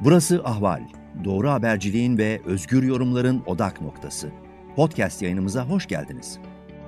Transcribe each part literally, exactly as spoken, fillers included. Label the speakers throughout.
Speaker 1: Burası Ahval. Doğru haberciliğin ve özgür yorumların odak noktası. Podcast yayınımıza hoş geldiniz.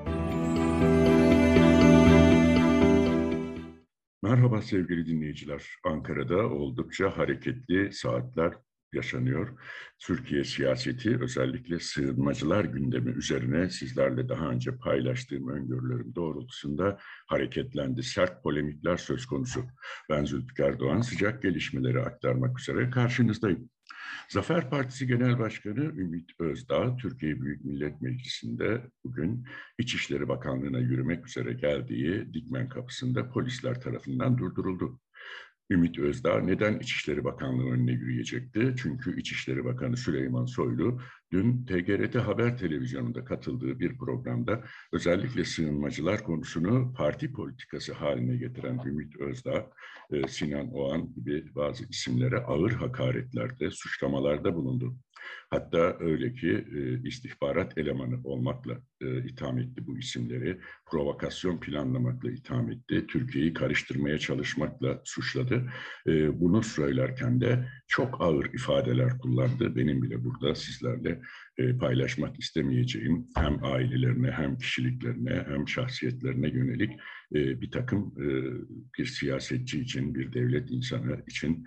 Speaker 2: Merhaba sevgili dinleyiciler. Ankara'da oldukça hareketli saatler yaşanıyor. Türkiye siyaseti, özellikle sığınmacılar gündemi üzerine sizlerle daha önce paylaştığım öngörülerim doğrultusunda hareketlendi. Sert polemikler söz konusu. Ben Zülfikar Doğan, sıcak gelişmeleri aktarmak üzere karşınızdayım. Zafer Partisi Genel Başkanı Ümit Özdağ, Türkiye Büyük Millet Meclisi'nde bugün İçişleri Bakanlığı'na yürümek üzere geldiği Dikmen kapısında polisler tarafından durduruldu. Ümit Özdağ neden İçişleri Bakanlığı önüne yürüyecekti? Çünkü İçişleri Bakanı Süleyman Soylu dün T G R T Haber Televizyonu'nda katıldığı bir programda özellikle sığınmacılar konusunu parti politikası haline getiren Ümit Özdağ, Sinan Oğan gibi bazı isimlere ağır hakaretlerde, suçlamalarda bulundu. Hatta öyle ki istihbarat elemanı olmakla itham etti bu isimleri, provokasyon planlamakla itham etti, Türkiye'yi karıştırmaya çalışmakla suçladı. Bunu söylerken de çok ağır ifadeler kullandı. Benim bile burada sizlerle paylaşmak istemeyeceğim hem ailelerine hem kişiliklerine hem şahsiyetlerine yönelik bir takım bir siyasetçi için, bir devlet insanı için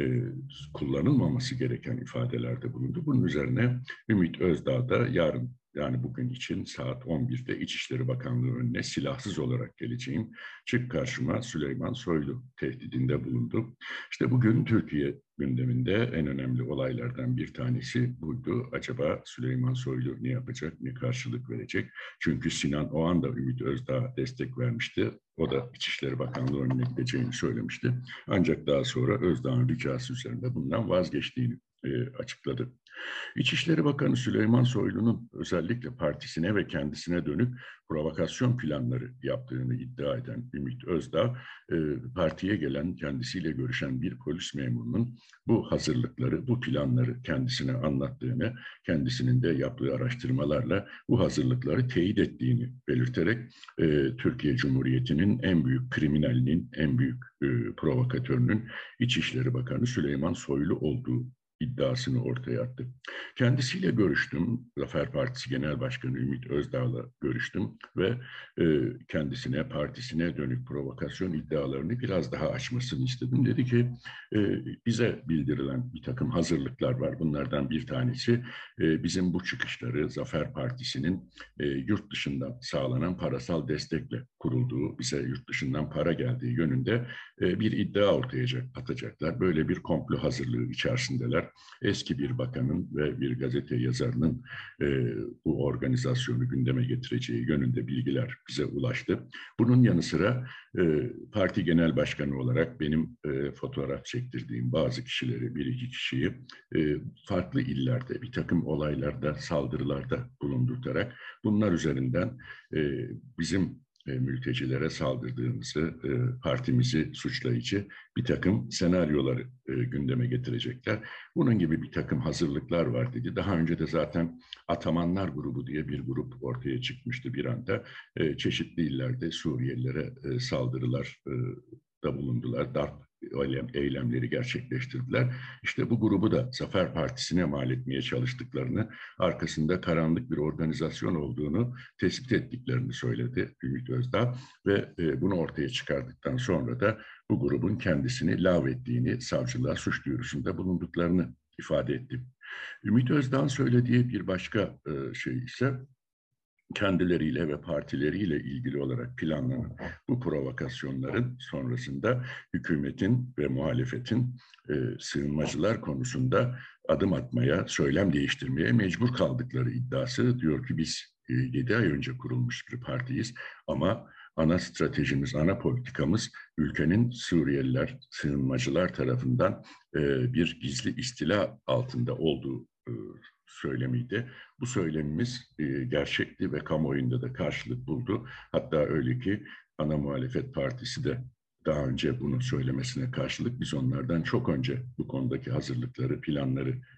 Speaker 2: kullanılmaması gereken ifadelerde bulundu. Bunun üzerine Ümit Özdağ da yarın, yani bugün için saat on birde İçişleri Bakanlığı önüne silahsız olarak geleceğim, çık karşıma Süleyman Soylu tehdidinde bulundu. İşte bugün Türkiye gündeminde en önemli olaylardan bir tanesi buydu. Acaba Süleyman Soylu ne yapacak, ne karşılık verecek? Çünkü Sinan Oğan da Ümit Özdağ'a destek vermişti. O da İçişleri Bakanlığı önüne gideceğini söylemişti. Ancak daha sonra Özdağ'ın ricası üzerinde bundan vazgeçtiğini e, açıkladı. İçişleri Bakanı Süleyman Soylu'nun özellikle partisine ve kendisine dönük provokasyon planları yaptığını iddia eden Ümit Özdağ, e, partiye gelen, kendisiyle görüşen bir polis memurunun bu hazırlıkları, bu planları kendisine anlattığını, kendisinin de yaptığı araştırmalarla bu hazırlıkları teyit ettiğini belirterek e, Türkiye Cumhuriyeti'nin en büyük kriminalinin, en büyük e, provokatörünün İçişleri Bakanı Süleyman Soylu olduğu iddiasını ortaya attı. Kendisiyle görüştüm. Zafer Partisi Genel Başkanı Ümit Özdağ'la görüştüm ve e, kendisine, partisine dönük provokasyon iddialarını biraz daha açmasını istedim. Dedi ki e, bize bildirilen bir takım hazırlıklar var. Bunlardan bir tanesi e, bizim bu çıkışları Zafer Partisi'nin e, yurt dışından sağlanan parasal destekle kurulduğu, bize yurt dışından para geldiği yönünde e, bir iddia ortaya atacaklar. Böyle bir komplo hazırlığı içerisindeler. Eski bir bakanın ve bir gazete yazarının e, bu organizasyonu gündeme getireceği yönünde bilgiler bize ulaştı. Bunun yanı sıra e, parti genel başkanı olarak benim e, fotoğraf çektirdiğim bazı kişileri, bir iki kişiyi e, farklı illerde bir takım olaylarda, saldırılarda bulundurarak bunlar üzerinden e, bizim e, mültecilere saldırdığımızı, e, partimizi suçlayıcı bir takım senaryoları e, gündeme getirecekler. Bunun gibi bir takım hazırlıklar var dedi. Daha önce de zaten Atamanlar grubu diye bir grup ortaya çıkmıştı bir anda. E, çeşitli illerde Suriyelilere e, saldırılar e, da bulundular. Darp eylemleri gerçekleştirdiler. İşte bu grubu da Zafer Partisi'ne mal etmeye çalıştıklarını, arkasında karanlık bir organizasyon olduğunu tespit ettiklerini söyledi Ümit Özdağ ve e, bunu ortaya çıkardıktan sonra da bu grubun kendisini lağvettiğini, savcılığa suç duyurusunda bulunduklarını ifade etti. Ümit Özdağ'ın söylediği bir başka e, şey ise kendileriyle ve partileriyle ilgili olarak planlanan bu provokasyonların sonrasında hükümetin ve muhalefetin e, sığınmacılar konusunda adım atmaya, söylem değiştirmeye mecbur kaldıkları iddiası. Diyor ki biz e, yedi ay önce kurulmuş bir partiyiz ama ana stratejimiz, ana politikamız ülkenin Suriyeliler, sığınmacılar tarafından e, bir gizli istila altında olduğu e, söylemiydi. Bu söylemimiz e, gerçekti ve kamuoyunda da karşılık buldu. Hatta öyle ki ana muhalefet partisi de daha önce bunu söylemesine karşılık biz onlardan çok önce bu konudaki hazırlıkları, planları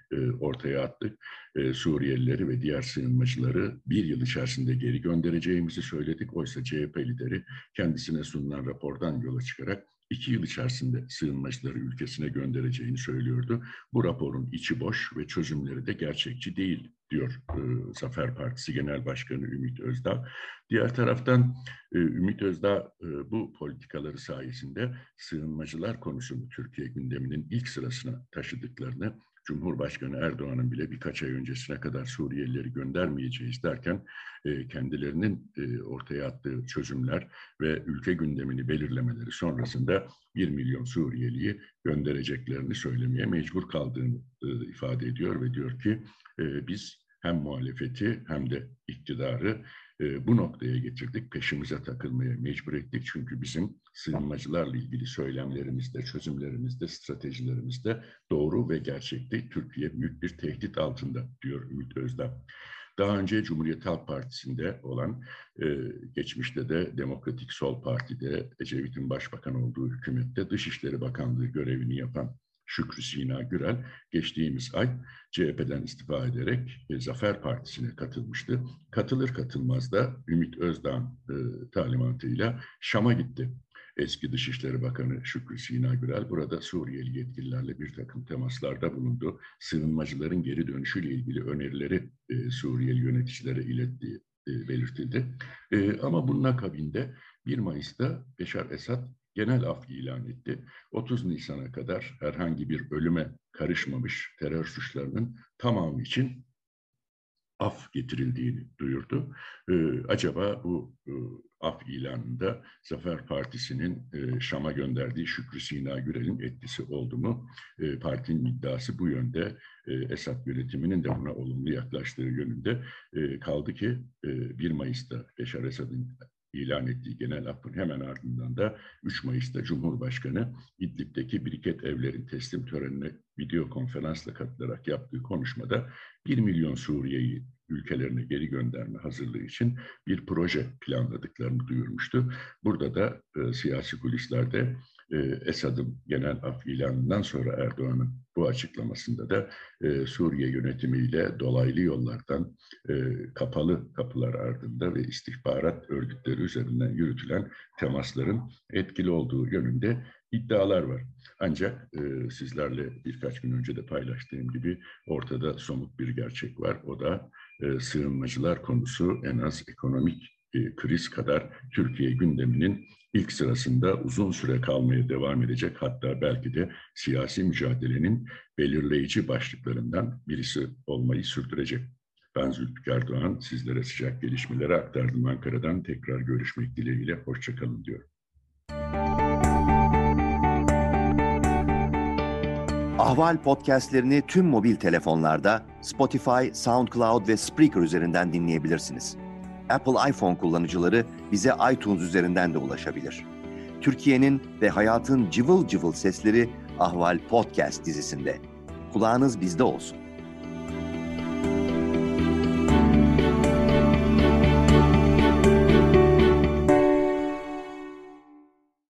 Speaker 2: e, ortaya attık. E, Suriyelileri ve diğer sığınmacıları bir yıl içerisinde geri göndereceğimizi söyledik. Oysa C H P lideri kendisine sunulan rapordan yola çıkarak iki yıl içerisinde sığınmacıları ülkesine göndereceğini söylüyordu. Bu raporun içi boş ve çözümleri de gerçekçi değil, diyor e, Zafer Partisi Genel Başkanı Ümit Özdağ. Diğer taraftan e, Ümit Özdağ e, bu politikaları sayesinde sığınmacılar konusunu Türkiye gündeminin ilk sırasına taşıdıklarını, Cumhurbaşkanı Erdoğan'ın bile birkaç ay öncesine kadar Suriyelileri göndermeyeceğiz derken e, kendilerinin e, ortaya attığı çözümler ve ülke gündemini belirlemeleri sonrasında bir milyon Suriyeliyi göndereceklerini söylemeye mecbur kaldığını e, ifade ediyor ve diyor ki e, biz hem muhalefeti hem de iktidarı e, bu noktaya getirdik, peşimize takılmaya mecbur ettik. Çünkü bizim sığınmacılarla ilgili söylemlerimizde, çözümlerimizde, stratejilerimizde doğru ve gerçekti. Türkiye büyük bir tehdit altında, diyor Ümit Özdağ. Daha önce Cumhuriyet Halk Partisi'nde olan, e, geçmişte de Demokratik Sol Parti'de Ecevit'in başbakan olduğu hükümette Dışişleri Bakanlığı görevini yapan Şükrü Sina Gürel geçtiğimiz ay C H P'den istifa ederek e, Zafer Partisi'ne katılmıştı. Katılır katılmaz da Ümit Özdağ'ın e, talimatıyla Şam'a gitti. Eski Dışişleri Bakanı Şükrü Sina Gürel burada Suriyeli yetkililerle bir takım temaslarda bulundu. Sığınmacıların geri dönüşüyle ilgili önerileri e, Suriyeli yöneticilere ilettiği e, belirtildi. E, ama bunun akabinde bir Mayıs'ta Beşar Esad genel af ilan etti. otuz Nisan'a kadar herhangi bir ölüme karışmamış terör suçlarının tamamı için af getirildiğini duyurdu. Ee, acaba bu e, af ilanında Zafer Partisi'nin e, Şam'a gönderdiği Şükrü Sina Gürel'in etkisi oldu mu? E, partinin iddiası bu yönde. E, Esad yönetiminin de buna olumlu yaklaştığı yönünde. E, kaldı ki e, bir Mayıs'ta Beşar Esad'ın ilan ettiği genel affın hemen ardından da üç Mayıs'ta Cumhurbaşkanı İdlib'deki biriket evlerin teslim törenine video konferansla katılarak yaptığı konuşmada bir milyon Suriye'yi ülkelerine geri gönderme hazırlığı için bir proje planladıklarını duyurmuştu. Burada da e, siyasi kulislerde e, Esad'ın genel af ilanından sonra Erdoğan'ın bu açıklamasında da e, Suriye yönetimiyle dolaylı yollardan e, kapalı kapılar ardında ve istihbarat örgütleri üzerinden yürütülen temasların etkili olduğu yönünde iddialar var. Ancak e, sizlerle birkaç gün önce de paylaştığım gibi ortada somut bir gerçek var. O da e, sığınmacılar konusu en az ekonomik e, kriz kadar Türkiye gündeminin ilk sırasında uzun süre kalmaya devam edecek, hatta belki de siyasi mücadelenin belirleyici başlıklarından birisi olmayı sürdürecek. Ben Zülfikar Doğan, sizlere sıcak gelişmeleri aktardım Ankara'dan. Tekrar görüşmek dileğiyle, hoşça kalın diyorum.
Speaker 1: Ahval podcastlerini tüm mobil telefonlarda Spotify, SoundCloud ve Spreaker üzerinden dinleyebilirsiniz. Apple iPhone kullanıcıları bize iTunes üzerinden de ulaşabilir. Türkiye'nin ve hayatın cıvıl cıvıl sesleri Ahval Podcast dizisinde. Kulağınız bizde olsun.